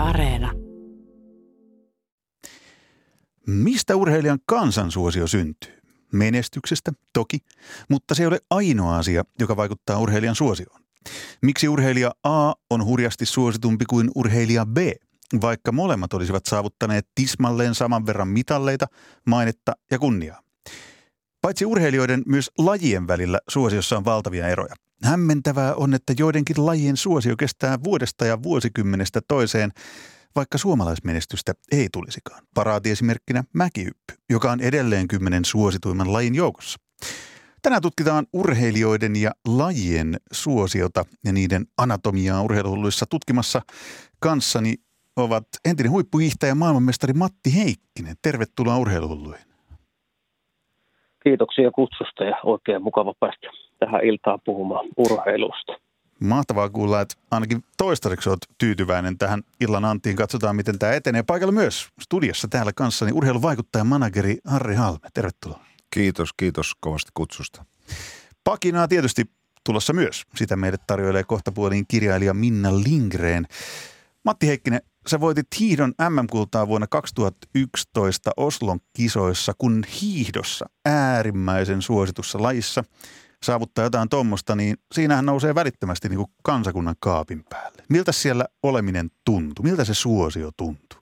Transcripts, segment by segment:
Areena. Mistä urheilijan kansansuosio syntyy? Menestyksestä, toki, mutta se ei ole ainoa asia, joka vaikuttaa urheilijan suosioon. Miksi urheilija A on hurjasti suositumpi kuin urheilija B, vaikka molemmat olisivat saavuttaneet tismalleen saman verran mitalleita, mainetta ja kunniaa? Paitsi urheilijoiden, myös lajien välillä suosiossa on valtavia eroja. Hämmentävää on, että joidenkin lajien suosio kestää vuodesta ja vuosikymmenestä toiseen, vaikka suomalaismenestystä ei tulisikaan. Paraatiesimerkkinä mäkihyppy, joka on edelleen 10 suosituimman lajin joukossa. Tänään tutkitaan urheilijoiden ja lajien suosiota ja niiden anatomiaa urheiluhulluissa. Tutkimassa kanssani ovat entinen huippuhiihtäjä maailmanmestari Matti Heikkinen. Tervetuloa Urheiluhulluihin. Kiitoksia kutsusta ja oikein mukava päästä tähän iltaan puhumaan urheilusta. Mahtavaa kuulla, että ainakin toistaiseksi olet tyytyväinen tähän illan antiin. Katsotaan, miten tämä etenee. Paikalla myös studiossa täällä kanssani urheiluvaikuttaja, manageri Harri Halme. Tervetuloa. Kiitos kovasti kutsusta. Pakinaa tietysti tulossa myös. Sitä meille tarjoilee kohtapuoliin kirjailija Minna Lindgren. Matti Heikkinen, sä voitit hiihdon MM-kultaa vuonna 2011 Oslon kisoissa, kun hiihdossa äärimmäisen suositussa lajissa saavuttaa jotain tuommoista, niin siinähän nousee välittömästi niin kuin kansakunnan kaapin päälle. Miltä siellä oleminen tuntui? Miltä se suosio tuntui?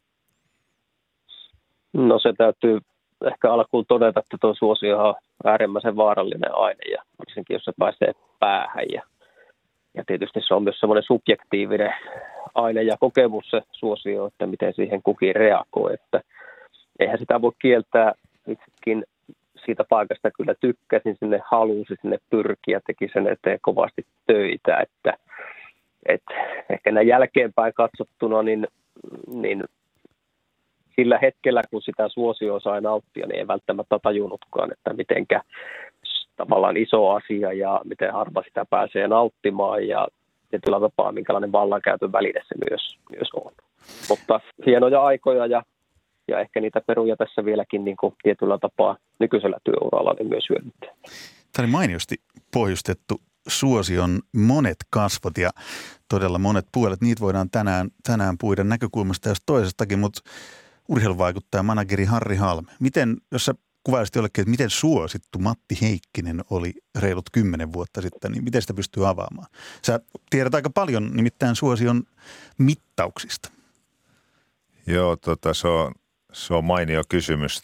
No se täytyy ehkä alkuun todeta, että tuo suosio on äärimmäisen vaarallinen aine ja varsinkin jos se pääsee päähän. Ja tietysti se on myös semmoinen subjektiivinen aine ja kokemus se suosio, että miten siihen kukin reagoi. Että eihän sitä voi kieltää. Itsekin siitä paikasta kyllä tykkäsin, sinne halusi sinne pyrkiä, teki sen eteen kovasti töitä. Että ehkä näin jälkeenpäin katsottuna, niin sillä hetkellä, kun sitä suosioa sai nauttia, niin ei välttämättä tajunnutkaan, että mitenkä tavallaan iso asia ja miten harva sitä pääsee nauttimaan ja tietyllä tapaa minkälainen vallankäytön väline se myös on. Mutta hienoja aikoja ja ehkä niitä peruja tässä vieläkin niin kuin tietyllä tapaa nykyisellä työuralla niin myös hyödyntää. Tämä oli mainiosti pohjustettu suosion monet kasvot ja todella monet puolet. Niitä voidaan tänään puida näkökulmasta jos toisestakin, mutta urheiluvaikuttaja manageri Harri Halme. Miten, jos sä kuvailisit jollekin, että miten suosittu Matti Heikkinen oli reilut 10 vuotta sitten, niin miten sitä pystyy avaamaan? Sä tiedät aika paljon nimittäin suosion mittauksista. Joo, se on mainio kysymys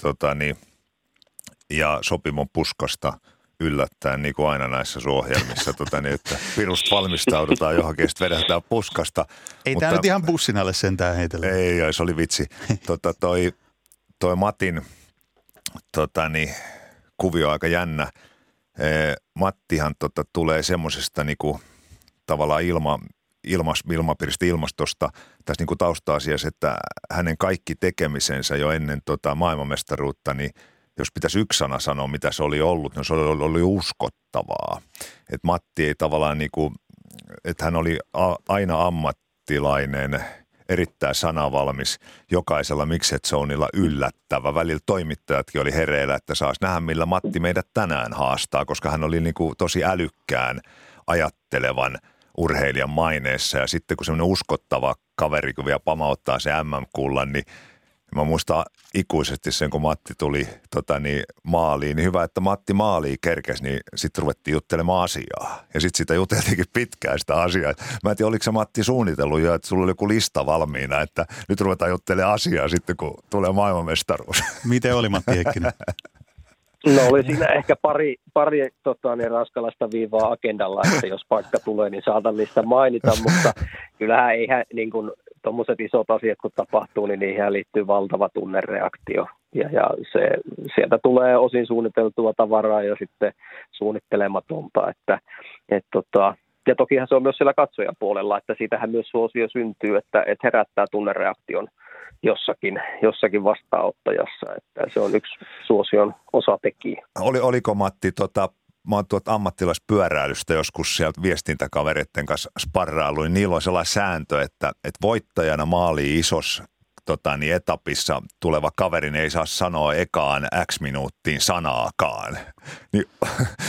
ja sopimon puskasta yllättäen, niin kuin aina näissä ohjelmissa, että pirusta valmistaudutaan johonkin ja sitten vedetään puskasta. Ei tämä nyt ihan bussin alle sentään heitellä. Ei, se oli vitsi. Toi Matin kuvio on aika jännä. Mattihan tulee semmoisesta niinku tavallaan ilmapiiristä, ilmastosta tässä niinku tausta-asiassa, että hänen kaikki tekemisensä jo ennen maailmanmestaruutta, niin jos pitäisi yksi sana sanoa, mitä se oli ollut, niin se oli uskottavaa. Että Matti ei tavallaan niinku, että hän oli aina ammattilainen, erittäin sanavalmis, jokaisella Mixed-Zonella yllättävä. Välillä toimittajatkin oli hereillä, että saisi nähdä, millä Matti meidät tänään haastaa, koska hän oli niinku tosi älykkään, ajattelevan urheilijan maineessa. Ja sitten kun semmoinen uskottava kaveri, kun vielä pamauttaa se MM-kullan, niin mä muistan ikuisesti sen, kun Matti tuli maaliin. Niin hyvä, että Matti maaliin kerkesi, niin sitten ruvettiin juttelemaan asiaa. Ja sitten sitä juteltiinkin pitkään sitä asiaa. Mä en tiedä, oliko se Matti suunnitellut jo, että sulla oli joku lista valmiina, että nyt ruvetaan juttelemaan asiaa sitten, kun tulee maailmanmestaruus. Miten oli Matti Heikkinen? No oli siinä ehkä pari ranskalaista viivaa agendalla, että jos paikka tulee, niin saatan niistä mainita, mutta kyllähän eihän niin kuin tuommoiset isot asiat, kun tapahtuu, niin niihin liittyy valtava tunnereaktio. Ja sieltä tulee osin suunniteltua tavaraa ja sitten suunnittelematonta. Ja tokihan se on myös siellä katsojan puolella, että siitähän myös suosio syntyy, että herättää tunnereaktion jossakin vastaanottajassa. Että se on yksi suosion osatekijä. Oliko Matti, mä oon ammattilaispyöräilystä joskus sieltä viestintäkavereiden kanssa sparrailu, niin niillä on sellainen sääntö, että voittajana maaliin isossa etapissa tuleva kaverin ei saa sanoa ekaan X minuuttiin sanaakaan. Niin,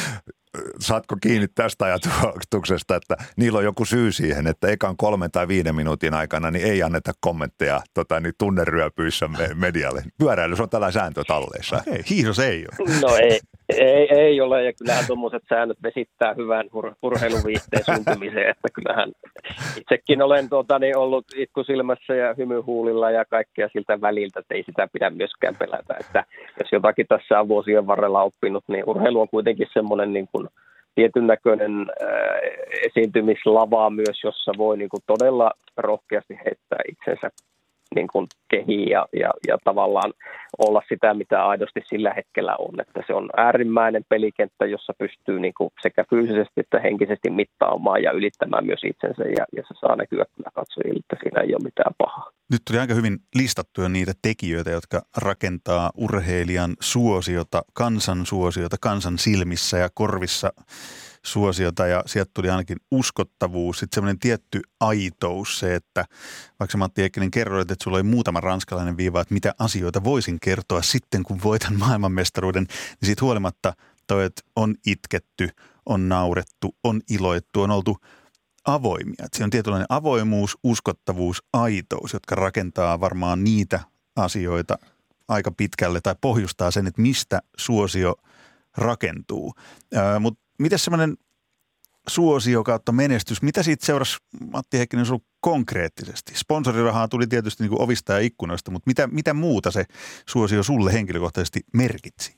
saatko kiinni tästä ajatuksesta, että niillä on joku syy siihen, että ekan 3 tai 5 minuutin aikana niin ei anneta kommentteja niin tunneryöpyissä medialle. Pyöräilys on tällä sääntö talleissa. Okei, hiihdos ei ole. No ei ole, ja kyllähän tuommoiset säännöt vesittää hyvän urheiluviihteen syntymiseen, että kyllähän itsekin olen ollut itku silmässä ja hymy huulilla ja kaikkea siltä väliltä, että ei sitä pidä myöskään pelätä, että jos jotakin tässä on vuosien varrella oppinut, niin urheilu on kuitenkin semmoinen niin kuin tietyn näköinen esiintymislava myös, jossa voi niin kuin todella rohkeasti heittää itsensä niin kuin kehiin ja tavallaan olla sitä, mitä aidosti sillä hetkellä on. Että se on äärimmäinen pelikenttä, jossa pystyy niin kuin sekä fyysisesti että henkisesti mittaamaan ja ylittämään myös itsensä ja se saa näkyä kyllä katsojille, että siinä ei ole mitään pahaa. Nyt tuli aika hyvin listattuja niitä tekijöitä, jotka rakentaa urheilijan suosiota, kansan silmissä ja korvissa suosiota, ja sieltä tuli ainakin uskottavuus, sitten semmoinen tietty aitous, se, että vaikka Matti Heikkinen kerroit, että sulla oli muutama ranskalainen viiva, että mitä asioita voisin kertoa sitten, kun voitan maailmanmestaruuden, niin siitä huolimatta toi, että on itketty, on naurettu, on iloittu, on oltu avoimia. Että siinä on tietynlainen avoimuus, uskottavuus, aitous, jotka rakentaa varmaan niitä asioita aika pitkälle tai pohjustaa sen, että mistä suosio rakentuu. Mutta miten semmoinen suosio kautta menestys, mitä siitä seurasi, Matti Heikkinen, sinulla konkreettisesti? Sponsorirahaa tuli tietysti niin kuin ovista ja ikkunoista, mutta mitä muuta se suosio sulle henkilökohtaisesti merkitsi?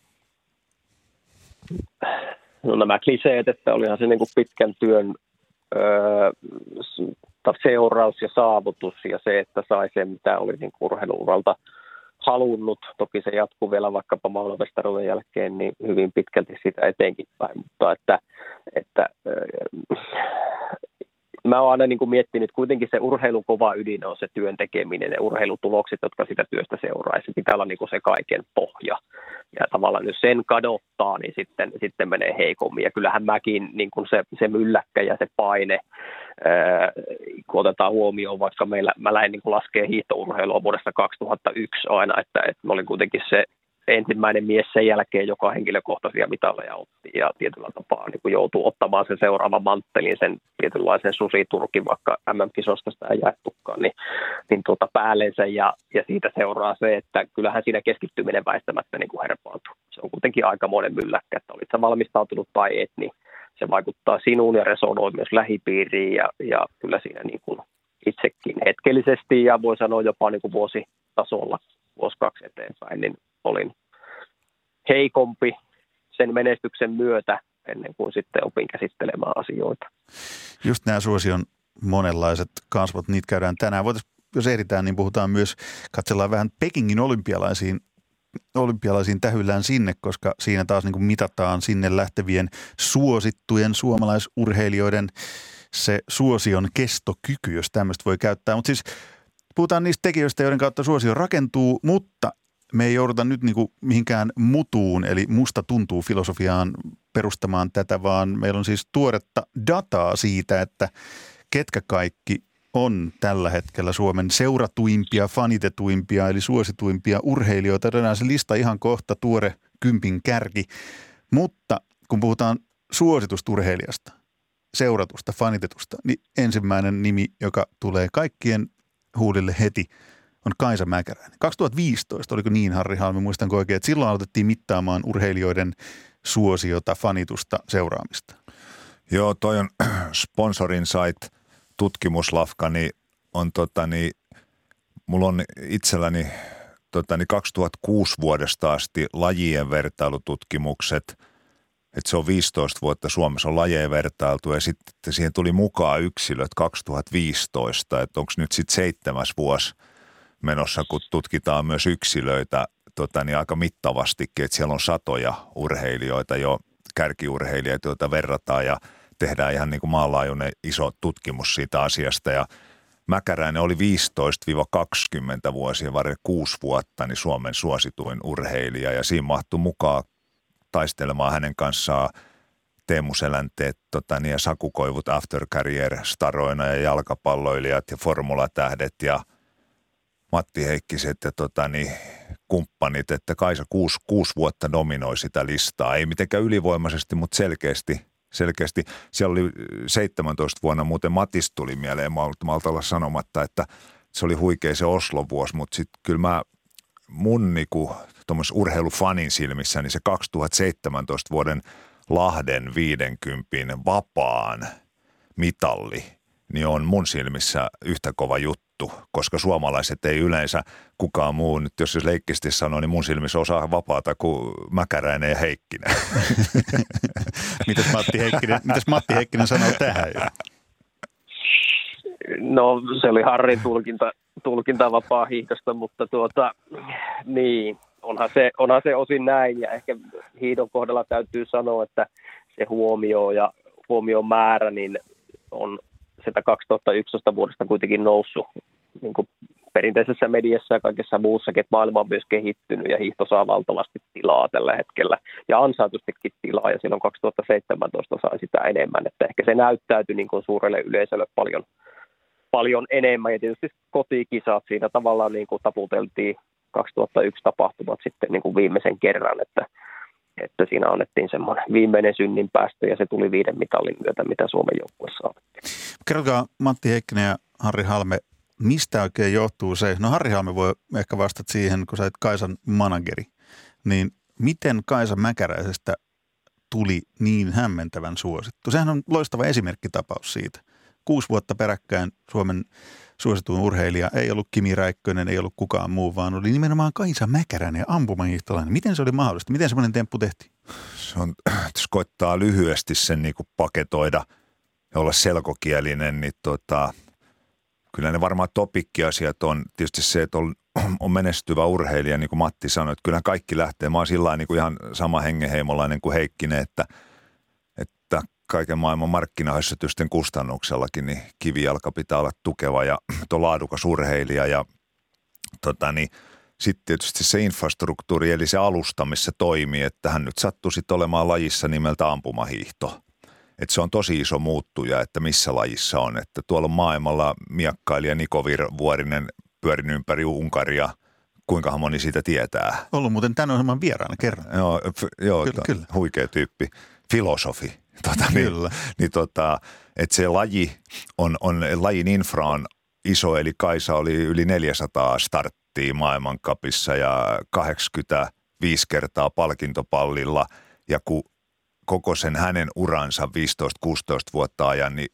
No nämä kliseet, että olihan se niin kuin pitkän työn seuraus ja saavutus ja se, että sai sen, mitä oli niin kuin urheiluuralta halunnut. Toki se jatkuu vielä vaikkapa maailmanmestaruuden jälkeen niin hyvin pitkälti sitä eteenkin päin, mutta että mä oon aina niin kuin miettinyt, kuitenkin se urheilun kova ydin on se työn tekeminen ja urheilutulokset, jotka sitä työstä seuraa. Ja se pitää olla niin kuin se kaiken pohja. Ja tavallaan jos sen kadottaa, niin sitten menee heikommin. Ja kyllähän mäkin niin kuin se mylläkkä ja se paine, kun otetaan huomioon, vaikka mä lähdin niin kuin laskee hiihtourheilua vuodesta 2001 aina, että mä olin kuitenkin se ensimmäinen mies sen jälkeen, joka henkilökohtaisia mitalleja otti ja tietyllä tapaa niin kuin joutuu ottamaan sen seuraavan manttelin, sen tietynlaisen susiturkin, vaikka MM-kisosta sitä ei jaettukaan, niin päällensä ja siitä seuraa se, että kyllähän siinä keskittyminen väistämättä niin kuin herpaantuu. Se on kuitenkin aikamoinen mylläkkä, että olit sä valmistautunut tai et, niin se vaikuttaa sinuun ja resonoi myös lähipiiriin ja kyllä siinä niin kuin itsekin hetkellisesti ja voi sanoa jopa niin kuin vuositasolla, vuosi 2 eteenpäin, niin olin heikompi sen menestyksen myötä ennen kuin sitten opin käsittelemään asioita. Just nämä suosion monenlaiset kasvot, niitä käydään tänään. Jos ehditään, niin puhutaan myös, katsellaan vähän Pekingin olympialaisiin tähyllään sinne, koska siinä taas niin kuin mitataan sinne lähtevien suosittujen suomalaisurheilijoiden se suosion kestokyky, jos tämmöistä voi käyttää. Mutta siis puhutaan niistä tekijöistä, joiden kautta suosio rakentuu, mutta me ei jouduta nyt niin kuin mihinkään mutuun, eli musta tuntuu filosofiaan perustamaan tätä, vaan meillä on siis tuoretta dataa siitä, että ketkä kaikki on tällä hetkellä Suomen seuratuimpia, fanitetuimpia eli suosituimpia urheilijoita. Otetaan se lista ihan kohta, tuore 10 kärki. Mutta kun puhutaan suositusta urheilijasta, seuratusta, fanitetusta, niin ensimmäinen nimi, joka tulee kaikkien huulille heti, on Kaisa Mäkäräinen. 2015, oliko niin, Harri Halmi, muistanko oikein, että silloin aloitettiin mittaamaan urheilijoiden suosiota, fanitusta, seuraamista. Joo, toi on Sponsor Insight tutkimuslafka, niin on mulla on itselläni 2006 vuodesta asti lajien vertailututkimukset, että se on 15 vuotta Suomessa on lajeja vertailtu ja sitten siihen tuli mukaan yksilöt 2015, että onko nyt sitten 7. vuosi menossa, kun tutkitaan myös yksilöitä aika mittavastikin, että siellä on satoja urheilijoita jo, kärkiurheilijoita, joita verrataan ja tehdään ihan niin kuin maanlaajuinen iso tutkimus siitä asiasta ja Mäkäräinen oli 15-20 vuosia, varmaan 6 vuotta, niin Suomen suosituin urheilija ja siinä mahtui mukaan taistelemaan hänen kanssaan Teemu Selänteet ja Saku Koivut aftercareer-staroina ja jalkapalloilijat ja formulatähdet ja Matti Heikkiset ja kumppanit, että Kaisa 6 vuotta dominoi sitä listaa. Ei mitenkään ylivoimaisesti, mutta selkeästi selkeästi. Siellä oli 17 vuonna muuten Matis tuli mieleen, malta olla sanomatta, että se oli huikea se Oslo-vuosi, mutta sitten kyllä mun niinku tuommoisen urheilufanin silmissä, niin se 2017 vuoden Lahden 50 vapaan mitalli, niin on mun silmissä yhtä kova juttu, koska suomalaiset ei yleensä kukaan muu, nyt jos leikkisesti sanoo, niin mun silmissä osaa vapaata kuin Mäkäräinen ja Heikkinen. Mitäs Matti Heikkinen sanoo tähän? No se oli Harrin tulkinta vapaa hiihdosta, mutta niin, onhan se osin näin ja ehkä hiidon kohdalla täytyy sanoa, että se huomioon määrä niin on sitä 2011 vuodesta kuitenkin noussut niin kuin perinteisessä mediassa ja kaikessa muussakin, että maailma on myös kehittynyt ja hiihto saa valtavasti tilaa tällä hetkellä ja ansaitustikin tilaa ja silloin 2017 sai sitä enemmän, että ehkä se näyttäytyi niin kuin suurelle yleisölle paljon enemmän ja tietysti kotikisat siinä tavallaan niin kuin taputeltiin 2001 tapahtumat sitten niin kuin viimeisen kerran, että siinä annettiin semmoinen viimeinen synninpäästö ja se tuli 5 mitallin myötä, mitä Suomen joukkueessa annettiin. Kertokaa Matti Heikkinen ja Harri Halme, mistä oikein johtuu se, no Harri Halme voi ehkä vastata siihen, kun sä olet Kaisan manageri, niin miten Kaisa Mäkäräisestä tuli niin hämmentävän suosittu? Sehän on loistava esimerkkitapaus siitä. 6 vuotta peräkkäin Suomen suosituin urheilija ei ollut Kimi Räikkönen, ei ollut kukaan muu, vaan oli nimenomaan Kaisa Mäkäräinen ja ampumahiihtolainen. Miten se oli mahdollista? Miten semmoinen temppu tehtiin? Se on, jos koittaa lyhyesti sen niin kuin paketoida ja olla selkokielinen, niin kyllä ne varmaan topikkiasiat on tietysti se, että on menestyvä urheilija, niin kuin Matti sanoi, että kyllä kaikki lähtee. Mä oon sillä niin kuin ihan sama hengenheimolainen kuin Heikkinen, että kaiken maailman markkinahössötysten kustannuksellakin, niin kivijalka pitää olla tukeva ja laadukas urheilija ja sitten tietysti se infrastruktuuri eli se alusta, missä toimii, että hän nyt sattui sitten olemaan lajissa nimeltä ampumahiihto. Että se on tosi iso muuttuja, että missä lajissa on. Että tuolla maailmalla miakkailija Niko Vuorinen pyörin ympäri Unkaria, kuinkahan moni siitä tietää. Ollut muuten tämän ohjelman vieraana kerran. Joo kyllä. Huikea tyyppi. Filosofi. Että se laji lajin infra on iso, eli Kaisa oli yli 400 starttia maailmancupissa ja 85 kertaa palkintopallilla ja kun koko sen hänen uransa 15-16 vuotta ajan, niin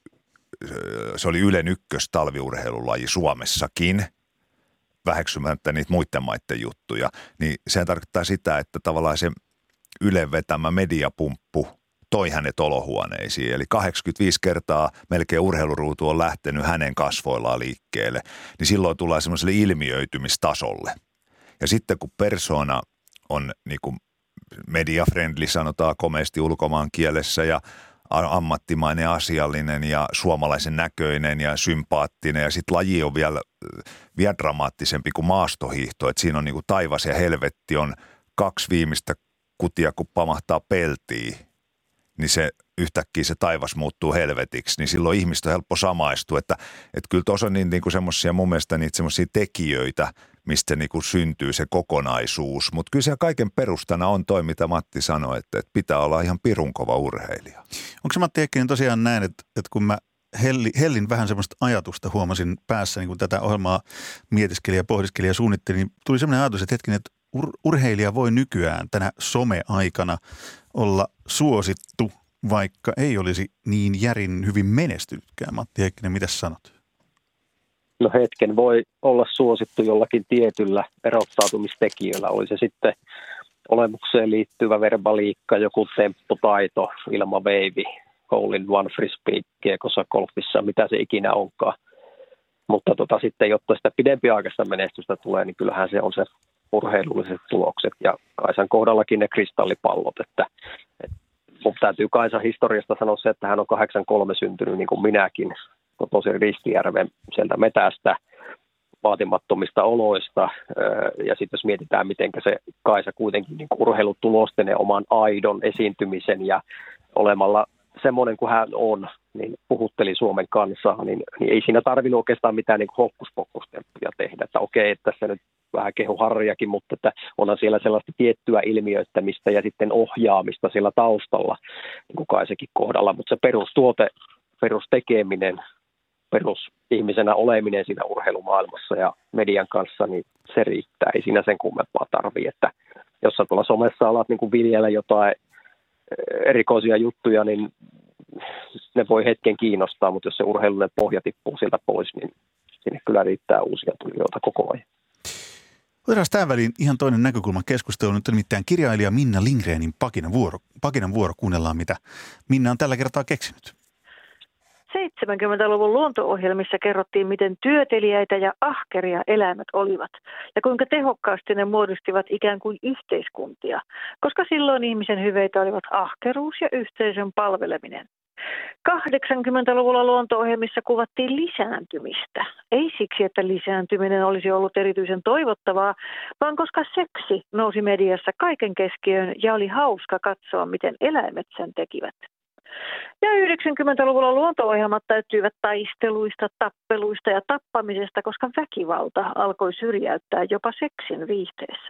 se oli Ylen ykkös talviurheilulaji Suomessakin, väheksymättä niitä muiden maiden juttuja, niin se tarkoittaa sitä, että tavallaan se Ylen vetämä mediapumppu toi hänet olohuoneisiin. Eli 85 kertaa melkein urheiluruutu on lähtenyt hänen kasvoillaan liikkeelle, niin silloin tullaan semmoiselle ilmiöitymistasolle. Ja sitten kun persona on niin kuin media-friendly, sanotaan komeasti ulkomaan kielessä ja ammattimainen, asiallinen ja suomalaisen näköinen ja sympaattinen ja sitten laji on vielä dramaattisempi kuin maastohiihto, että siinä on niin kuin taivas ja helvetti on 2 viimeistä kutia, kun pamahtaa peltiin, niin se yhtäkkiä se taivas muuttuu helvetiksi, niin silloin ihmistä on helppo samaistua, että kyllä tuossa on niin kuin semmoisia mun mielestä niitä semmoisia tekijöitä, mistä niin kuin syntyy se kokonaisuus, mutta kyllä se kaiken perustana on toi, mitä Matti sanoi, että pitää olla ihan pirun kova urheilija. Onko se Matti Heikkinen tosiaan näin, että kun mä hellin vähän semmoista ajatusta huomasin päässä, niin kun tätä ohjelmaa mietiskelin ja pohdiskelin ja suunnittelin, niin tuli semmoinen ajatus, että hetkinen, että urheilija voi nykyään tänä some-aikana olla suosittu, vaikka ei olisi niin järin hyvin menestynytkään. Matti Heikkinen, mitä sanot? No hetken voi olla suosittu jollakin tietyllä erottautumistekijöllä. Oli se sitten olemukseen liittyvä verbaliikka, joku tempputaito, ilmaveivi, hole in one frisbee, kiekossa, golfissa, mitä se ikinä onkaan. Mutta sitten, jotta sitä pidempiaikaista menestystä tulee, niin kyllähän se on se urheilulliset tulokset ja Kaisan kohdallakin ne kristallipallot, että mun täytyy Kaisan historiasta sanoa se, että hän on 83 syntynyt niin kuin minäkin, tosi Ristijärven sieltä metästä, vaatimattomista oloista ja sitten jos mietitään, miten se Kaisa kuitenkin niin kuin urheilutulosten ja oman aidon esiintymisen ja olemalla semmoinen kuin hän on, niin puhutteli Suomen kansaa, niin ei siinä tarvinnut oikeastaan mitään niin hokkuspokkustemppuja tehdä, että okei, että tässä nyt vähän kehu Harriakin, mutta että onhan siellä sellaista tiettyä ilmiöittämistä ja sitten ohjaamista siellä taustalla, niin kuin Kaisekin kohdalla, mutta se perustuote, perustekeminen, perusihmisenä oleminen siinä urheilumaailmassa ja median kanssa, niin se riittää, ei siinä sen kummempaa tarvitse, että jos sä tuolla somessa alat niin kuin viljellä jotain erikoisia juttuja, niin ne voi hetken kiinnostaa, mutta jos se urheilullinen pohja tippuu sieltä pois, niin sinne kyllä riittää uusia tulijoita koko ajan. Otetaan tähän väliin ihan toinen näkökulma keskusteluun. Nyt on nimittäin kirjailija Minna Lindgrenin Pakinan vuoro. Kuunnellaan, mitä Minna on tällä kertaa keksinyt. 70-luvun luonto-ohjelmissa kerrottiin, miten työteliäitä ja ahkeria eläimet olivat ja kuinka tehokkaasti ne muodostivat ikään kuin yhteiskuntia, koska silloin ihmisen hyveitä olivat ahkeruus ja yhteisön palveleminen. 80-luvulla luonto-ohjelmissa kuvattiin lisääntymistä. Ei siksi, että lisääntyminen olisi ollut erityisen toivottavaa, vaan koska seksi nousi mediassa kaiken keskiöön ja oli hauska katsoa, miten eläimet sen tekivät. Ja 90-luvulla luonto-ohjelmat täyttyivät taisteluista, tappeluista ja tappamisesta, koska väkivalta alkoi syrjäyttää jopa seksin viihteessä.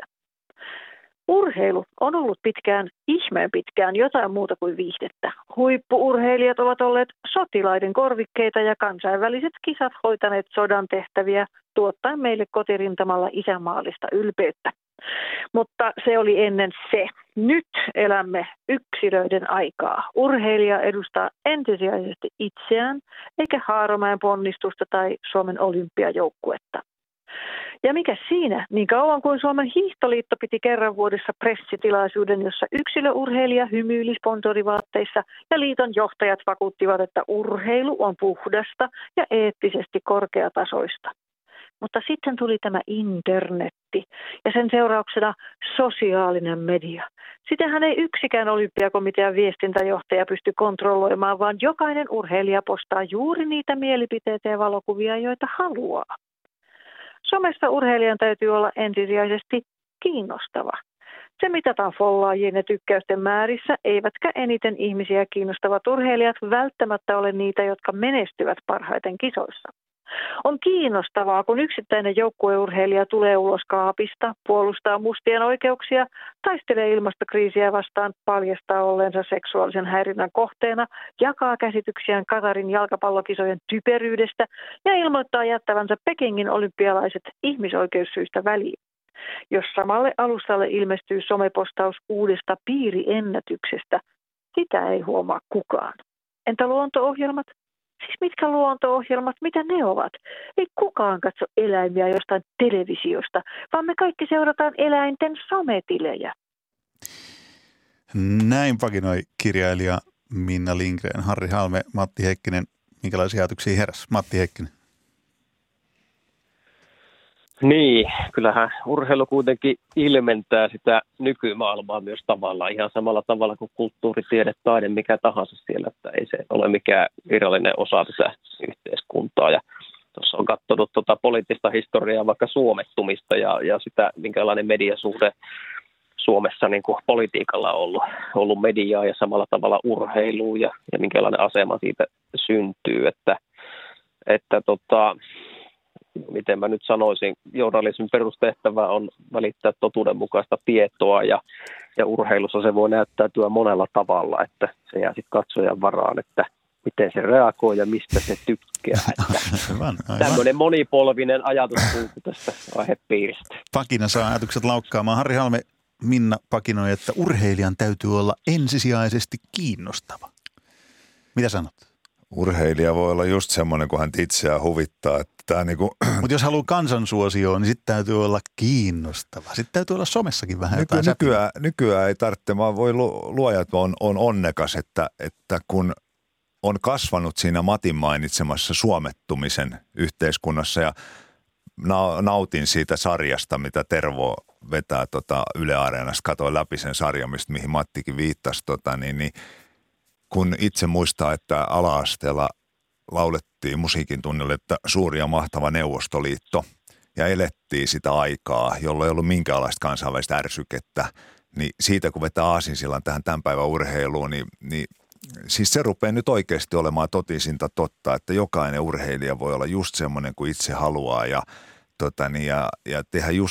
Urheilu on ollut ihmeen pitkään jotain muuta kuin viihdettä. Huippu-urheilijat ovat olleet sotilaiden korvikkeita ja kansainväliset kisat hoitaneet sodan tehtäviä tuottaen meille kotirintamalla isänmaallista ylpeyttä. Mutta se oli ennen se. Nyt elämme yksilöiden aikaa. Urheilija edustaa ensisijaisesti itseään, eikä Haaromäen ponnistusta tai Suomen olympiajoukkuetta. Ja mikä siinä? Niin kauan kuin Suomen hiihtoliitto piti kerran vuodessa pressitilaisuuden, jossa yksilöurheilija hymyili sponsorivaatteissa ja liiton johtajat vakuuttivat, että urheilu on puhdasta ja eettisesti korkeatasoista. Mutta sitten tuli tämä internetti ja sen seurauksena sosiaalinen media. Sitähän ei yksikään olympiakomitean viestintäjohtaja pysty kontrolloimaan, vaan jokainen urheilija postaa juuri niitä mielipiteitä ja valokuvia, joita haluaa. Somessa urheilijan täytyy olla ensisijaisesti kiinnostava. Se mitataan follaajien ja tykkäysten määrissä, eivätkä eniten ihmisiä kiinnostavat urheilijat välttämättä ole niitä, jotka menestyvät parhaiten kisoissa. On kiinnostavaa, kun yksittäinen joukkueurheilija tulee ulos kaapista, puolustaa mustien oikeuksia, taistelee ilmastokriisiä vastaan, paljastaa olleensa seksuaalisen häirinnän kohteena, jakaa käsityksiään Katarin jalkapallokisojen typeryydestä ja ilmoittaa jättävänsä Pekingin olympialaiset ihmisoikeussyistä väliin. Jos samalle alustalle ilmestyy somepostaus uudesta piiriennätyksestä, sitä ei huomaa kukaan. Entä luonto-ohjelmat? Siis mitkä luonto-ohjelmat, mitä ne ovat? Ei kukaan katso eläimiä jostain televisiosta, vaan me kaikki seurataan eläinten sometilejä. Näin pakinoi kirjailija Minna Lindgren. Harri Halme, Matti Heikkinen. Minkälaisia ajatuksia heräsi? Matti Heikkinen. Niin, kyllähän urheilu kuitenkin ilmentää sitä nykymaailmaa myös tavallaan ihan samalla tavalla kuin kulttuuri, tiede, taide, mikä tahansa siellä, että ei se ole mikään irrallinen osa tätä yhteiskuntaa. Ja tuossa on katsonut poliittista historiaa, vaikka suomettumista ja sitä, minkälainen mediasuhde Suomessa niin kuin politiikalla on ollut mediaa ja samalla tavalla urheilua ja minkälainen asema siitä syntyy, että miten mä nyt sanoisin, journalismin perustehtävä on välittää totuudenmukaista tietoa ja urheilussa se voi näyttäytyä monella tavalla, että se jää sitten katsojan varaan, että miten se reagoi ja mistä se tykkää. Aivan. Tämmöinen monipolvinen ajatuskulku tästä aihepiiristä. Pakina saa ajatukset laukkaamaan. Harri Halme, Minna pakinoi, että urheilijan täytyy olla ensisijaisesti kiinnostava. Mitä sanot? Urheilija voi olla just semmoinen, kun hän itseään huvittaa. Mutta jos haluaa kansansuosioon, niin sitten täytyy olla kiinnostava. Sitten täytyy olla somessakin vähän jotain nykyään ei tarvitse, vaan voi luoja, että on onnekas, että kun on kasvanut siinä Matin mainitsemassa suomettumisen yhteiskunnassa ja nautin siitä sarjasta, mitä Tervo vetää Yle Areenasta, katsoin läpi sen sarjan, mihin Mattikin viittasi, niin kun itse muistaa, että ala-asteella laulettiin musiikin tunnille, että suuri ja mahtava Neuvostoliitto ja elettiin sitä aikaa, jolloin ei ollut minkäänlaista kansainvälistä ärsykettä, niin siitä kun vetää aasinsillan tähän tämän päivän urheiluun, niin siis se rupeaa nyt oikeasti olemaan totisinta totta, että jokainen urheilija voi olla just semmoinen kuin itse haluaa ja tehdä just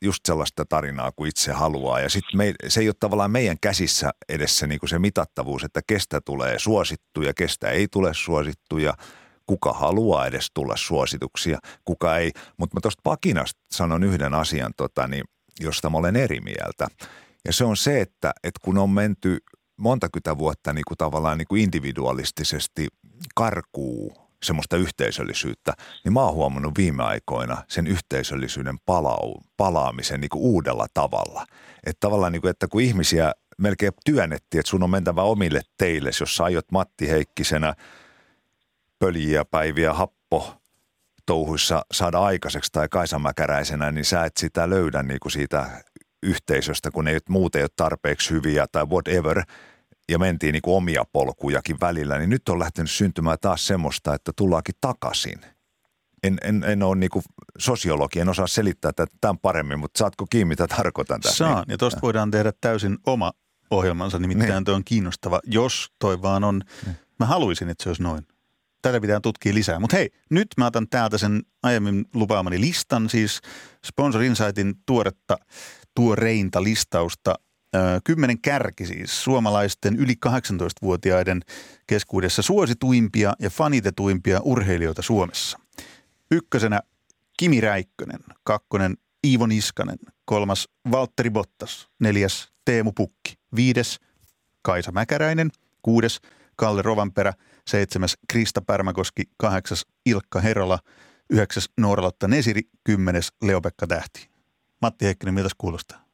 just sellaista tarinaa kuin itse haluaa. Ja sitten se ei ole tavallaan meidän käsissä edessä niin kuin se mitattavuus, että kestä tulee suosittuja, kestä ei tule suosittuja, kuka haluaa edes tulla suosituksia, kuka ei. Mutta mä tuosta pakinasta sanon yhden asian, josta mä olen eri mieltä. Ja se on se, että kun on menty montakymmentä vuotta niin kuin tavallaan niin kuin individualistisesti karkuu semmoista yhteisöllisyyttä, niin mä oon huomannut viime aikoina sen yhteisöllisyyden palaamisen niin kuin uudella tavalla. Että tavallaan niin kuin, että kun ihmisiä melkein työnnettiin, että sun on mentävä omille teille, jos sä aiot Matti Heikkisenä pöljiä päiviä happotouhuissa saada aikaiseksi tai Kaisa Mäkäräisenä, niin sä et sitä löydä niin kuin siitä yhteisöstä, kun muut ei ole tarpeeksi hyviä tai whatever, ja mentiin niin kuin omia polkujakin välillä, niin nyt on lähtenyt syntymään taas semmoista, että tullaankin takaisin. En ole niin kuin sosiologi, en osaa selittää tämän paremmin, mutta saatko kiinni, mitä tarkoitan tässä? Saan, ja tuosta voidaan tehdä täysin oma ohjelmansa, nimittäin toi on kiinnostava, jos toi vaan on. Mä haluaisin, että se olisi noin. Tätä pitää tutkia lisää. Mutta hei, nyt mä otan täältä sen aiemmin lupaamani listan, siis Sponsor Insightin tuoreinta listausta. 10 kärki siis suomalaisten yli 18-vuotiaiden keskuudessa suosituimpia ja fanitetuimpia urheilijoita Suomessa. 1. Kimi Räikkönen, 2. Iivo Niskanen, 3. Valtteri Bottas, 4. Teemu Pukki, 5. Kaisa Mäkäräinen, 6. Kalle Rovanperä, 7. Krista Pärmäkoski, 8. Ilkka Herola, 9. Noora-Lotta Nesiri, 10. Leo-Pekka Tähti. Matti Heikkinen, miltä kuulostaa?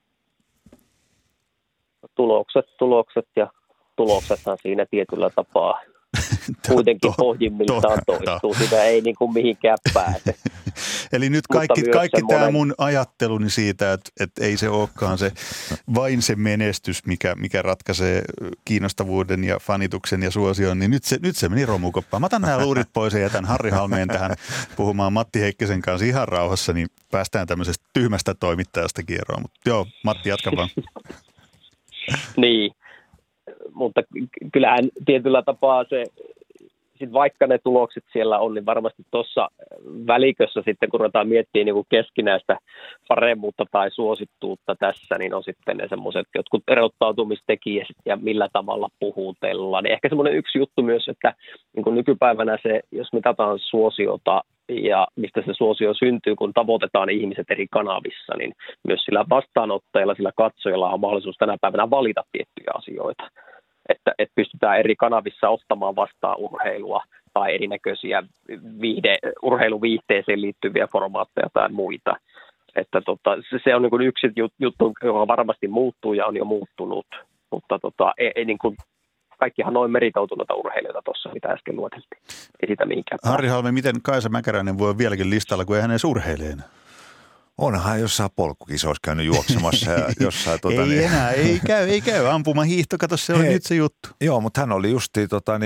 Tulokset ja tuloksethan siinä tietyllä tapaa kuitenkin pohjimmiltaan toistuu. Sitä ei niin kuin mihinkään pääse. Eli nyt kaikki tämä mun ajatteluni siitä, että ei se olekaan se vain se menestys, mikä ratkaisee kiinnostavuuden ja fanituksen ja suosion, niin nyt se meni romukoppaan. Mä otan nämä luurit pois ja jätän Harri Halmeen tähän puhumaan Matti Heikkisen kanssa ihan rauhassa, niin päästään tämmöisestä tyhmästä toimittajasta kierroon. Mutta joo, Matti, jatka vaan. Niin, mutta kyllähän tietyllä tapaa se, sit vaikka ne tulokset siellä on, niin varmasti tuossa välikössä sitten, kun ruvetaan miettimään niin kuin keskinäistä paremmuutta tai suosittuutta tässä, niin on sitten ne semmoiset jotkut erottautumistekijät ja millä tavalla puhutellaan. Niin ehkä semmoinen yksi juttu myös, että niin kuin nykypäivänä se, jos mitataan suosiota ja mistä se suosio syntyy, kun tavoitetaan ihmiset eri kanavissa, niin myös sillä vastaanottajalla, sillä katsojalla on mahdollisuus tänä päivänä valita tiettyjä asioita. Että pystytään eri kanavissa ottamaan vastaan urheilua tai erinäköisiä urheiluviihteeseen liittyviä formaatteja tai muita. Että se on niin kuin yksi juttu, joka varmasti muuttuu ja on jo muuttunut, mutta ei niin kuin kaikkihan noin meritoutuneita urheilijoita tuossa, mitä äsken lueteltiin. Ei sitä mihinkään. Harri Halme, miten Kaisa Mäkäräinen voi vieläkin listalla, kun ei hän edes urheilijana? Onhan jossain polkukisoissa käynyt juoksemassa ja jossain... ei enää, ei käy. Ampumahiihto, kato, se oli nyt se juttu. Joo, mutta hän oli justiin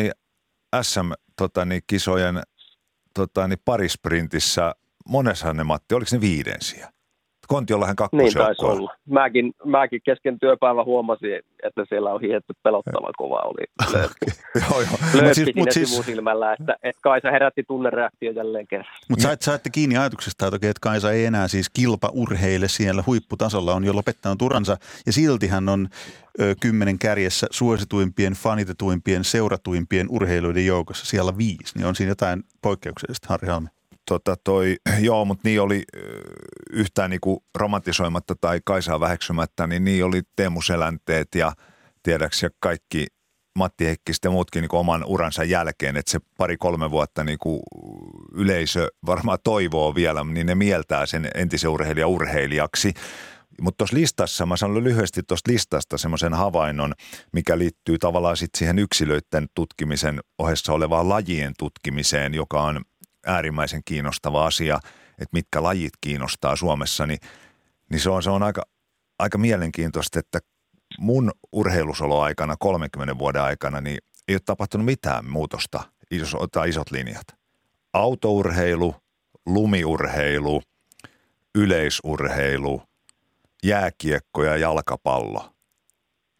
SM-kisojen parisprintissä, monessahan ne Matti, oliko ne 5. Kontiollahan kakkosjoukkoa. Niin taisi olla. Mäkin kesken työpäivän huomasin, että siellä on hiihetty pelottava kova oli lööppi siinä sivusilmällä, että Kaisa herätti tunnereaktio jälleen kerran. Mutta saitte kiinni ajatuksesta, että Kaisa ei enää siis kilpaurheile siellä huipputasolla, on jo lopettanut uransa ja silti hän on 10 kärjessä suosituimpien, fanitetuimpien, seuratuimpien urheilijoiden joukossa siellä 5, niin on siinä jotain poikkeuksellista, Harri Halme. Joo, mutta niin oli yhtään niinku romantisoimatta tai Kaisaa väheksymättä, niin oli Teemu Selänteet ja tiedäks ja kaikki Matti Heikkistä ja muutkin niinku oman uransa jälkeen, että se 2-3 vuotta niinku yleisö varmaan toivoo vielä, niin ne mieltää sen entisen urheilijaksi. Mutta tuossa listassa, mä sanon lyhyesti tuosta listasta semmoisen havainnon, mikä liittyy tavallaan sitten siihen yksilöiden tutkimisen ohessa olevaan lajien tutkimiseen, joka on äärimmäisen kiinnostava asia, että mitkä lajit kiinnostaa Suomessa, niin se on aika mielenkiintoista, että mun urheilusoloaikana, 30 vuoden aikana, niin ei ole tapahtunut mitään muutosta, jos ottaa isot linjat. Autourheilu, lumiurheilu, yleisurheilu, jääkiekko ja jalkapallo.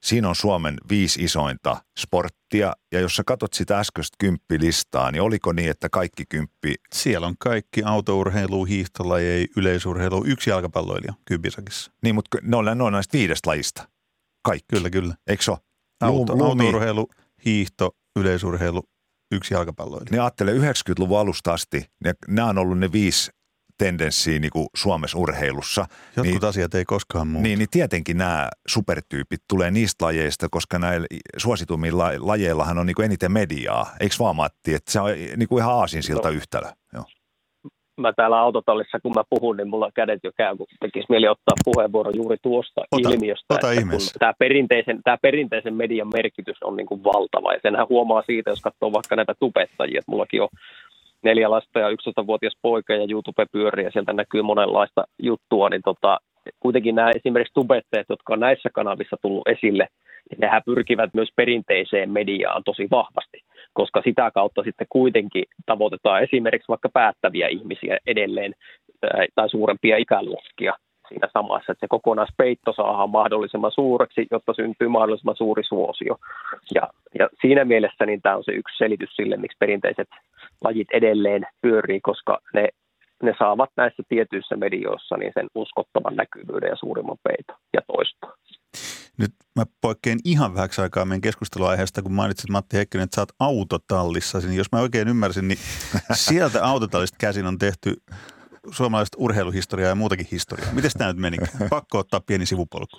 siinä on Suomen 5 isointa sporttia. Ja jos sä katsot sitä äskeistä 10-listaa, niin oliko niin, että kaikki 10... Siellä on kaikki autourheilu, hiihtolajeja, yleisurheilu, 1 jalkapalloilija Kybisakissa. Niin, mutta ne on näistä 5 lajista. Kaikki. Kyllä. Eikö se ole? Autourheilu, hiihto, yleisurheilu, 1 jalkapalloilija. Ne ajattelee 90-luvun alusta asti, nämä on ollut ne 5 tendenssiä niin kuin Suomessa urheilussa. Jotkut asiat ei koskaan muutu. Niin tietenkin nämä supertyypit tulee niistä lajeista, koska näillä suosituimmilla lajeillahan on niin kuin eniten mediaa. Eikö vaan, Matti? Että se on niin kuin ihan aasinsilta yhtälö. Joo. Mä täällä autotallissa, kun mä puhun, niin mulla kädet jo käy, kun tekisi mieli ottaa puheenvuoro juuri tuosta ilmiöstä. Tämä perinteisen median merkitys on niin kuin valtava, ja senhän huomaa siitä, jos katsoo vaikka näitä tubettajia, että mullakin on 4 lasta ja 11-vuotias poika ja YouTube pyörii ja sieltä näkyy monenlaista juttua, niin kuitenkin nämä esimerkiksi tubettajat, jotka on näissä kanavissa tullut esille, niin nehän pyrkivät myös perinteiseen mediaan tosi vahvasti, koska sitä kautta sitten kuitenkin tavoitetaan esimerkiksi vaikka päättäviä ihmisiä edelleen tai suurempia ikäluokkia siinä samassa, että se kokonaispeitto saadaan mahdollisimman suureksi, jotta syntyy mahdollisimman suuri suosio. Ja siinä mielessä niin tämä on se yksi selitys sille, miksi perinteiset lajit edelleen pyörii, koska ne saavat näissä tietyissä medioissa niin sen uskottavan näkyvyyden ja suurimman peiton ja toistoa. Nyt mä poikkean ihan vähäksi aikaa meidän keskusteluaiheesta, kun mainitsit Matti Heikkinen, että sä oot autotallissa. Niin jos mä oikein ymmärsin, niin sieltä autotallista käsin on tehty suomalaista urheiluhistoriaa ja muutakin historiaa. Miten tämä nyt meni? Pakko ottaa pieni sivupolku.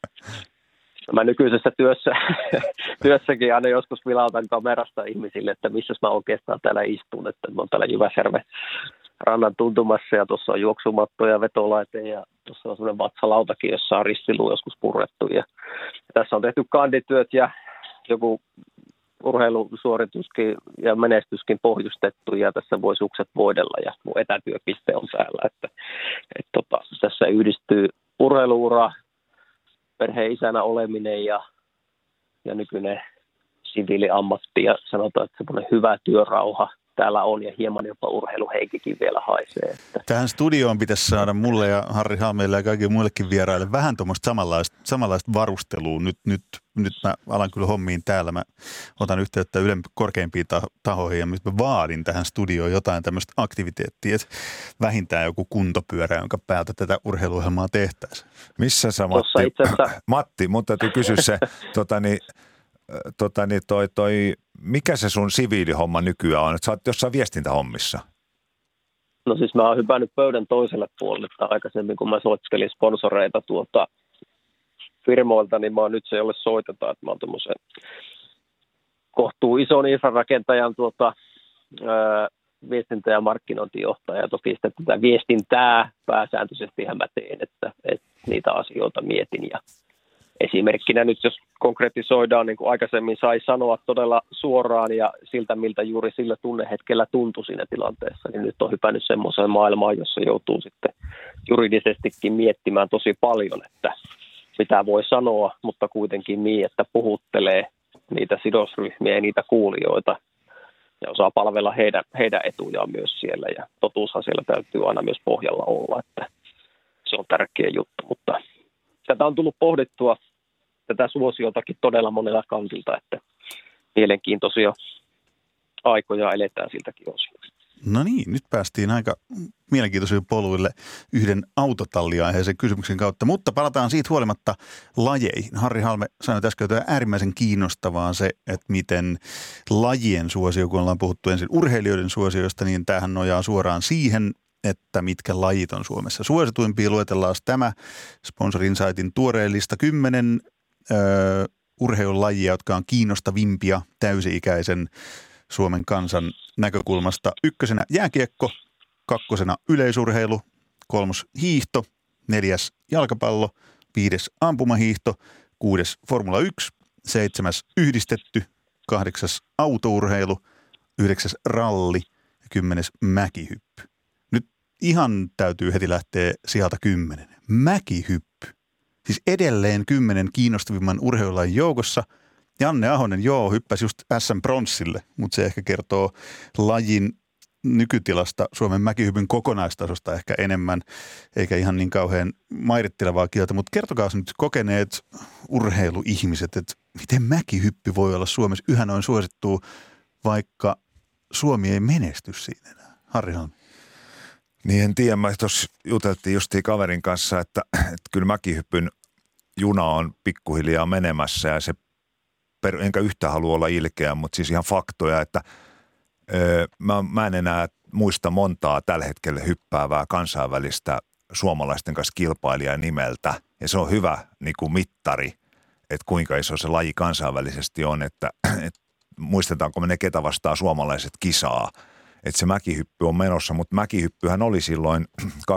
Mä nykyisessä työssäkin aina joskus vilautan kamerasta ihmisille, että missä mä oikeastaan täällä istun. Että mä oon täällä Jyväsjärven rannan tuntumassa ja tuossa on juoksumatto ja vetolaite ja tuossa on semmoinen vatsalautakin, jossa on ristiluu joskus purrettu. Ja tässä on tehty kandityöt ja joku urheilusuorituskin ja menestyskin pohjustettu ja tässä voi sukset voidella ja mun etätyöpiste on täällä. Että tässä yhdistyy urheiluura, perheen isänä oleminen ja nykyinen siviiliammatti ja sanotaan, että semmoinen hyvä työrauha täällä on ja hieman jopa urheiluhenkikin vielä haisee. Että. Tähän studioon pitäisi saada mulle ja Harri Halmeelle ja kaikille muillekin vieraille vähän tuommoista samanlaista varustelua. Nyt mä alan kyllä hommiin täällä. Mä otan yhteyttä korkeimpiin tahoihin ja mä vaadin tähän studioon jotain tämmöistä aktiviteettia, että vähintään joku kuntopyörä, jonka päältä tätä urheiluohjelmaa tehtäisiin. Missä sä, Matti, mun täytyy kysyä se, mikä se sun siviilihomma nykyään on? Että sä oot jossain viestintähommissa. No siis mä oon hypännyt pöydän toiselle puolelle, että aikaisemmin kun mä soittelin sponsoreita firmoilta, niin mä oon nyt se, jolle soitetaan, että mä oon tommosen kohtuu ison infrarakentajan viestintä- ja markkinointijohtaja. Ja toki sitten tätä viestintää pääsääntöisestihän mä teen, että niitä asioita mietin ja esimerkkinä nyt, jos konkretisoidaan, niin kuin aikaisemmin sai sanoa todella suoraan ja siltä, miltä juuri sillä tunnehetkellä tuntui siinä tilanteessa, niin nyt on hypännyt semmoiseen maailmaan, jossa joutuu sitten juridisestikin miettimään tosi paljon, että mitä voi sanoa, mutta kuitenkin niin, että puhuttelee niitä sidosryhmiä ja niitä kuulijoita ja osaa palvella heidän etujaan myös siellä ja totuushan siellä täytyy aina myös pohjalla olla, että se on tärkeä juttu, mutta tätä on tullut pohdittua tätä suosiotakin todella monella kantilta, että mielenkiintoisia aikoja eletään siltäkin osin. No niin, nyt päästiin aika mielenkiintoisille poluille yhden autotalliaiheisen kysymyksen kautta, mutta palataan siitä huolimatta lajeihin. Harri Halme sanoi äsken, että äärimmäisen kiinnostavaa se, että miten lajien suosio, kun ollaan puhuttu ensin urheilijoiden suosioista, niin tämähän nojaa suoraan siihen, että mitkä lajit on Suomessa suosituimpia. Luetellaan tämä Sponsor Insightin tuoreen lista 10 urheilulajia, jotka on kiinnostavimpia täysi-ikäisen Suomen kansan näkökulmasta. 1. jääkiekko, 2. yleisurheilu, 3. hiihto, 4. jalkapallo, 5. ampumahiihto, 6. Formula 1, 7. yhdistetty, 8. autourheilu, 9. ralli ja 10. mäkihyppy. Nyt ihan täytyy heti lähteä sieltä 10. Mäkihyppy. Siis edelleen 10 kiinnostavimman urheilulajin joukossa. Janne Ahonen, hyppäsi just SM-pronssille, mutta se ehkä kertoo lajin nykytilasta, Suomen mäkihypyn kokonaistasosta ehkä enemmän, eikä ihan niin kauhean mairittelevaa kieltä, mutta kertokaa nyt kokeneet urheiluihmiset, että miten mäkihyppy voi olla Suomessa yhä noin suosittua, vaikka Suomi ei menesty siinä enää. Harri Halmi. Niin en tiedä, mä tuossa juteltiin justiin kaverin kanssa, että kyllä mäkihypyn juna on pikkuhiljaa menemässä ja se, enkä yhtään halua olla ilkeä, mutta siis ihan faktoja, että mä en enää muista montaa tällä hetkellä hyppäävää kansainvälistä suomalaisten kanssa kilpailijaa nimeltä. Ja se on hyvä niin kuin mittari, että kuinka iso se laji kansainvälisesti on, että muistetaanko me ne, ketä vastaa suomalaiset kisaa. Että se mäkihyppy on menossa, mutta mäkihyppyhän oli silloin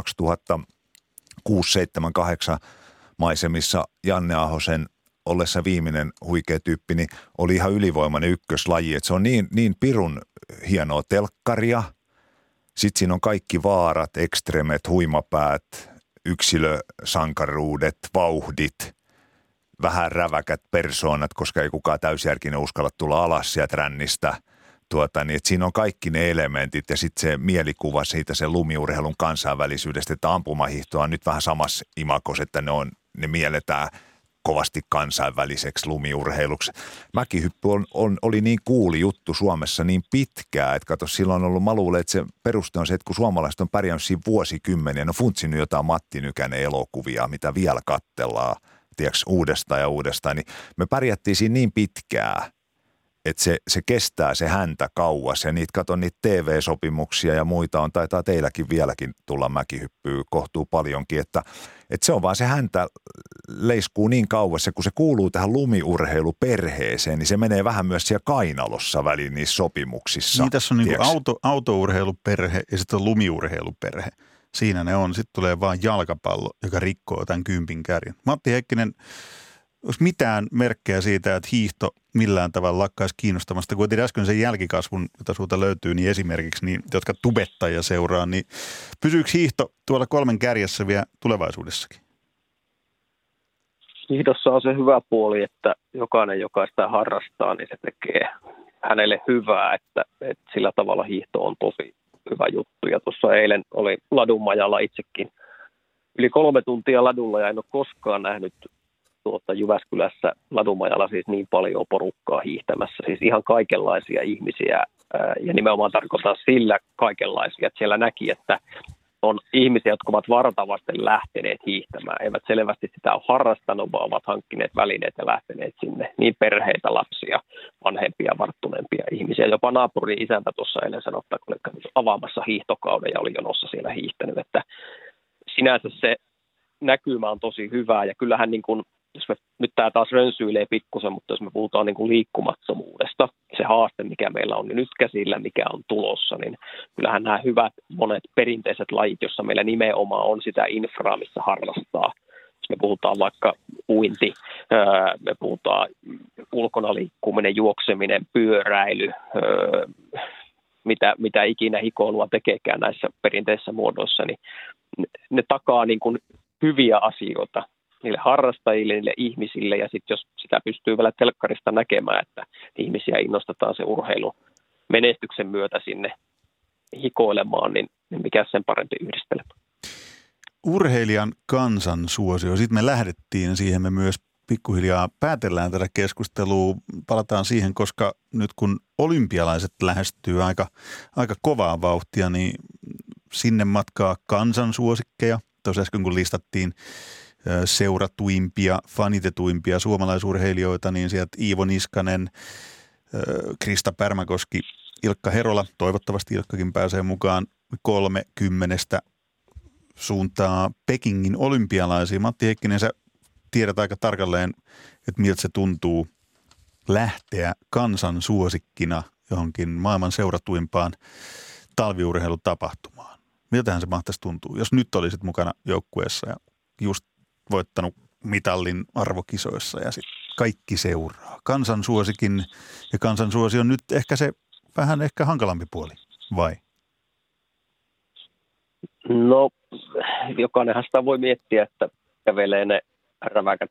2006, 7, 8 maisemissa Janne Ahosen ollessa viimeinen huikea tyyppi, niin oli ihan ylivoimainen ykköslaji. Että se on niin pirun hienoa telkkaria. Sitten siinä on kaikki vaarat, ekstremet, huimapäät, yksilösankaruudet, vauhdit, vähän räväkät persoonat, koska ei kukaan täysjärkinen uskalla tulla alas sieltä rännistä. Niin, että siinä on kaikki ne elementit ja sitten se mielikuva siitä sen lumiurheilun kansainvälisyydestä, että ampumahiihto on nyt vähän samassa imakossa, että ne mielletään kovasti kansainväliseksi lumiurheiluksi. Mäkihyppy oli niin kuuli juttu Suomessa niin pitkään, että kato, silloin on ollut, mä luulen, että se peruste on se, että kun suomalaiset on pärjännyt siinä vuosikymmeniä, ne on funtsinut jotain Matti Nykänen elokuvia, mitä vielä katsellaan, tiedätkö, uudestaan ja uudestaan, niin me pärjättiin siinä niin pitkään, että se kestää se häntä kauas ja niitä TV-sopimuksia ja muita on, taitaa teilläkin vieläkin tulla mäkihyppyä kohtuu paljonkin, että se on vaan se häntä leiskuu niin kauas ja kun se kuuluu tähän lumiurheiluperheeseen, niin se menee vähän myös siellä kainalossa väliin niissä sopimuksissa. Niin tässä on niin kuin autourheiluperhe ja sitten on lumiurheiluperhe. Siinä ne on. Sitten tulee vaan jalkapallo, joka rikkoo tämän kympin kärjen. Matti Heikkinen, olisi mitään merkkejä siitä, että hiihto millään tavalla lakkaisi kiinnostamasta, kun otin äsken sen jälkikasvun, jota sulta löytyy, niin esimerkiksi, niin, jotka tubettajia seuraa, niin pysyykö hiihto tuolla 3 kärjessä vielä tulevaisuudessakin? Hiihdossa on se hyvä puoli, että jokainen, joka sitä harrastaa, niin se tekee hänelle hyvää, että sillä tavalla hiihto on tosi hyvä juttu. Ja tuossa eilen oli ladunmajalla itsekin yli 3 tuntia ladulla ja en ole koskaan nähnyt Jyväskylässä ladunmajalla siis niin paljon porukkaa hiihtämässä, siis ihan kaikenlaisia ihmisiä ja nimenomaan tarkoitan sillä kaikenlaisia, että siellä näki, että on ihmisiä, jotka ovat vartavasten lähteneet hiihtämään, eivät selvästi sitä ole harrastanut, vaan ovat hankkineet välineet ja lähteneet sinne, niin perheitä, lapsia, vanhempia, varttuneempia ihmisiä. Jopa naapurin isäntä tuossa eilen sanoi, että kun oli avaamassa hiihtokauden ja oli jonossa siellä hiihtänyt, että sinänsä se näkymä on tosi hyvä ja kyllähän niin kuin jos me, nyt tämä taas rönsyilee pikkusen, mutta jos me puhutaan niin kuin liikkumattomuudesta, se haaste, mikä meillä on nyt käsillä, mikä on tulossa, niin kyllähän nämä hyvät monet perinteiset lajit, joissa meillä nimenomaan on sitä infraa, missä harrastaa. Jos me puhutaan vaikka uinti, me puhutaan ulkona liikkuminen, juokseminen, pyöräily, mitä ikinä hikoilua tekeekään näissä perinteisissä muodoissa, niin ne takaa niin kuin hyviä asioita niille harrastajille, niille ihmisille, ja sitten jos sitä pystyy vielä telkkarista näkemään, että ihmisiä innostetaan se urheilu menestyksen myötä sinne hikoilemaan, niin mikä sen parempi yhdistelmä. Urheilijan kansansuosio. Sitten me lähdettiin siihen, me myös pikkuhiljaa päätellään tätä keskustelua. Palataan siihen, koska nyt kun olympialaiset lähestyy aika kovaa vauhtia, niin sinne matkaa kansansuosikkeja. Tuossa äsken kun listattiin seuratuimpia, fanitetuimpia suomalaisurheilijoita, niin sieltä Iivo Niskanen, Krista Pärmäkoski, Ilkka Herola, toivottavasti Ilkkakin pääsee mukaan 30 suuntaa Pekingin olympialaisiin. Matti Heikkinen, sä tiedät aika tarkalleen, että miltä se tuntuu lähteä kansansuosikkina johonkin maailman seuratuimpaan talviurheilutapahtumaan. Miltähän se mahtaisi tuntua, jos nyt olisit mukana joukkueessa ja just voittanut mitallin arvokisoissa ja sitten kaikki seuraa. Kansansuosikin ja kansansuosi on nyt ehkä se vähän ehkä hankalampi puoli, vai? No, jokainenhan sitä voi miettiä, että kävelee ne räväkät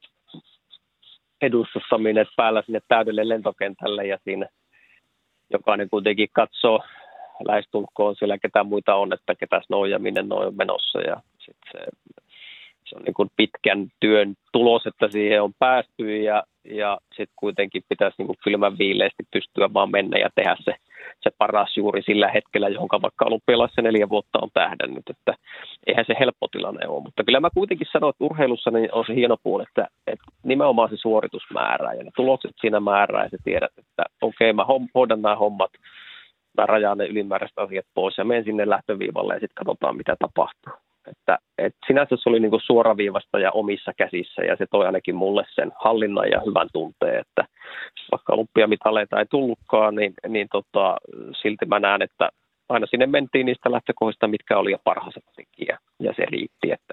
edustussamineet päällä sinne täydelle lentokentälle ja siinä jokainen kuitenkin katsoo lähestulkoon siellä ketä muita on, että ketäs noin ja minne noin on menossa. Ja sitten se on niin kuin pitkän työn tulos, että siihen on päästy ja sitten kuitenkin pitäisi niin kuin kylmän viileästi pystyä vaan mennä ja tehdä se paras juuri sillä hetkellä, johon vaikka olympialaisessa 4 vuotta on tähdännyt, että eihän se helppo tilanne ole. Mutta kyllä mä kuitenkin sanon, että urheilussa niin on se hieno puoli, että nimenomaan se suoritusmäärää ja ne tulokset siinä määrää ja sä tiedät, että okei, mä hoidan nämä hommat, mä rajaan ne ylimääräiset asiat pois ja menen sinne lähtöviivalle ja sitten katsotaan, mitä tapahtuu. Että sinänsä se oli niin kuin suoraviivasta ja omissa käsissä ja se toi ainakin mulle sen hallinnan ja hyvän tunteen, että vaikka olympiamitaleita ei tullutkaan, niin silti mä näen, että aina sinne mentiin niistä lähtökohdista, mitkä oli jo parhaansa tekijä ja se riitti, että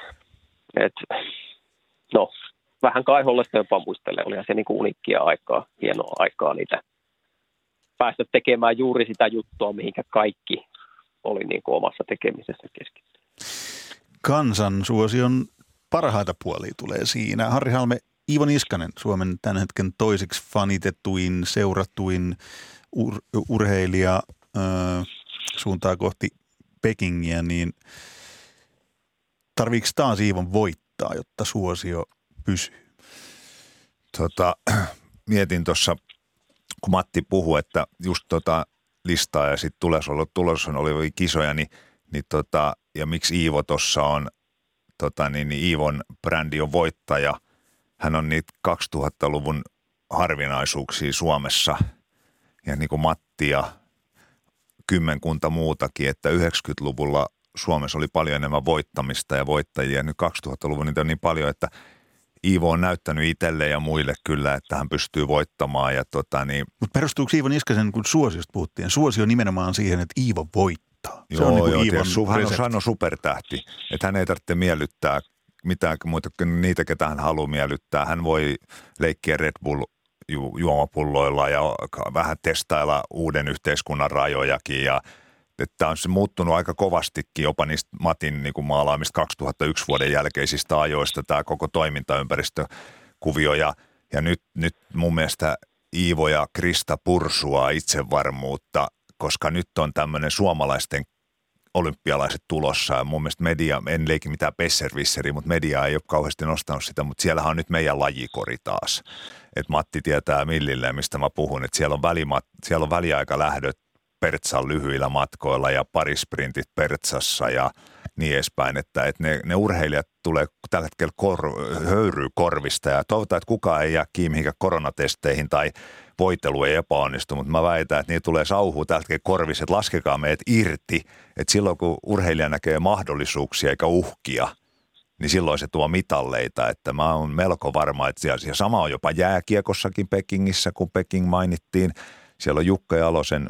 vähän kaihollista jopa muistelee, olihan se niin kuin uniikkia aikaa, hienoa aikaa niitä päästä tekemään juuri sitä juttua, mihinkä kaikki oli niin kuin omassa tekemisessä keskittynyt. Kansansuosion parhaita puolia tulee siinä. Harri Halme, Iivo Niskanen, Suomen tämän hetken toiseksi fanitetuin, seuratuin urheilija suuntaa kohti Pekingiä, niin tarviiko taas Iivon voittaa, jotta suosio pysyy? Mietin tuossa, kun Matti puhui, että just listaa ja sitten tulossa oli kisoja, niin ja miksi Iivo tuossa on, niin Iivon brändi on voittaja. Hän on niitä 2000-luvun harvinaisuuksia Suomessa ja niin kuin Matti ja kymmenkunta muutakin, että 90-luvulla Suomessa oli paljon enemmän voittamista ja voittajia. Nyt 2000-luvun niitä on niin paljon, että Iivo on näyttänyt itselle ja muille kyllä, että hän pystyy voittamaan. Mutta perustuuko Iivo Niskasen, kun suosiosta puhuttiin, suosio nimenomaan siihen, että Iivo voittaa? Se on hän on supertähti, että hän ei tarvitse miellyttää mitään muuta kuin niitä, ketä hän haluaa miellyttää. Hän voi leikkiä Red Bull juomapulloilla ja vähän testailla uuden yhteiskunnan rajojakin ja että on se muuttunut aika kovastikin jopa niistä Matin niin kuin maalaamista 2001 vuoden jälkeisistä ajoista tämä koko toimintaympäristökuvio ja nyt mun mielestä Iivo ja Krista pursuaa itsevarmuutta, koska nyt on tämmöinen suomalaisten olympialaiset tulossa ja mun mielestä media, en leiki mitään besservisseriä, mutta media ei ole kauheasti nostanut sitä, mutta siellähän on nyt meidän lajikori taas. Että Matti tietää millille, mistä mä puhun, että siellä on väliaikalähdöt Pertsan lyhyillä matkoilla ja parisprintit Pertsassa ja niin edespäin, että ne urheilijat tulee tällä hetkellä höyryy korvista ja toivotaan, että kukaan ei jää kiinni mihinkään koronatesteihin tai voitelu ei epäonnistu, mutta mä väitän, että niitä tulee sauhua tällä hetkellä korvissa, että laskekaa meidät irti, että silloin kun urheilija näkee mahdollisuuksia eikä uhkia, niin silloin se tuo mitalleita, että mä oon melko varma, että ja sama on jopa jääkiekossakin Pekingissä, kun Peking mainittiin, siellä on Jukka Jalosen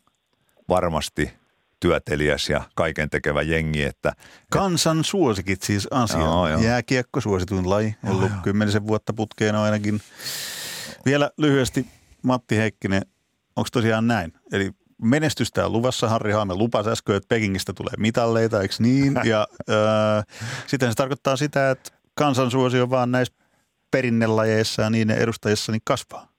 varmasti työtelijäs ja kaiken tekevä jengi. Kansan suosikit siis asia. Jääkiekko, suosituin laji, ollut 10 vuotta putkeen ainakin. Vielä lyhyesti Matti Heikkinen, onko tosiaan näin? Eli menestystä on luvassa. Harri Halme lupasi äsken, että Pekingistä tulee mitalleita, eikö niin? Ja sitten se tarkoittaa sitä, että kansansuosio vaan näissä perinnelajeissa ja niiden edustajissa niin kasvaa.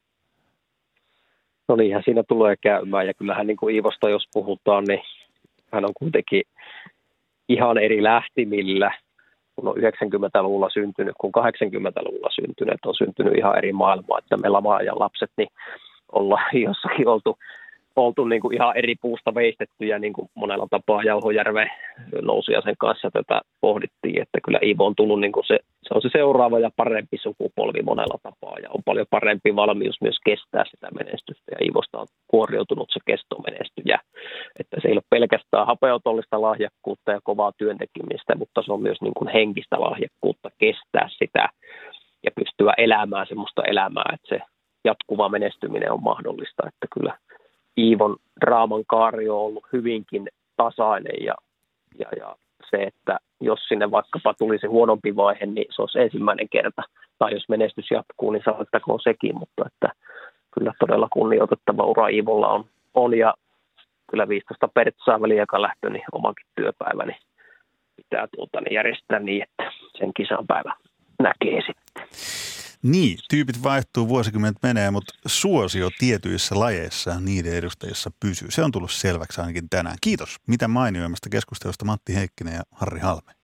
No niinhän siinä tulee käymään ja kyllähän niin kuin Iivosta jos puhutaan, niin hän on kuitenkin ihan eri lähtimillä, kun on 90-luvulla syntynyt, kun 80-luvulla syntynyt, on syntynyt ihan eri maailmaa, että me lama-ajan lapset niin ollaan jossakin oltu niin kuin ihan eri puusta veistettyjä niin kuin monella tapaa Jauhojärven nousuja sen kanssa tätä pohdittiin, että kyllä Iivo on tullut niin kuin se on se seuraava ja parempi sukupolvi monella tapaa ja on paljon parempi valmius myös kestää sitä menestystä ja Iivosta on kuoriutunut se kestomenestyjä, että se ei ole pelkästään hapeotollista lahjakkuutta ja kovaa työntekemistä, mutta se on myös niin kuin henkistä lahjakkuutta kestää sitä ja pystyä elämään semmoista elämää, että se jatkuva menestyminen on mahdollista, että kyllä Iivon draaman kaari on ollut hyvinkin tasainen ja se, että jos sinne vaikkapa tulisi huonompi vaihe, niin se olisi ensimmäinen kerta. Tai jos menestys jatkuu, niin saattakoon sekin, mutta että kyllä todella kunnioitettava ura Iivolla on ja kyllä 15 Pertsaa väliaika lähtö, niin omankin työpäiväni pitää järjestää niin, että sen kisan päivä näkee sitten. Niin, tyypit vaihtuu, vuosikymmenet menee, mutta suosio tietyissä lajeissa niiden edustajissa pysyy. Se on tullut selväksi ainakin tänään. Kiitos mitä mainioimmasta keskustelusta Matti Heikkinen ja Harri Halme.